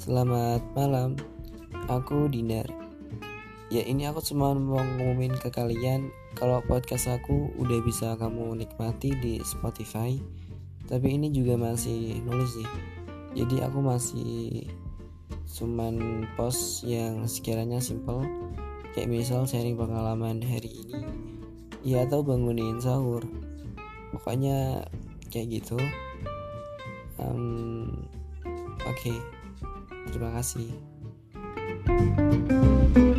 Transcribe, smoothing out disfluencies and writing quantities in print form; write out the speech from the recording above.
Selamat malam, aku Dinar. Ya, ini aku cuma mau ngumumin ke kalian kalau podcast aku udah bisa kamu nikmati di Spotify. Tapi ini juga masih nulis sih. Jadi aku masih cuman post yang sekiranya simple, kayak misal sharing pengalaman hari ini, ya, atau bangunin sahur. Pokoknya kayak gitu. Oke. Terima kasih.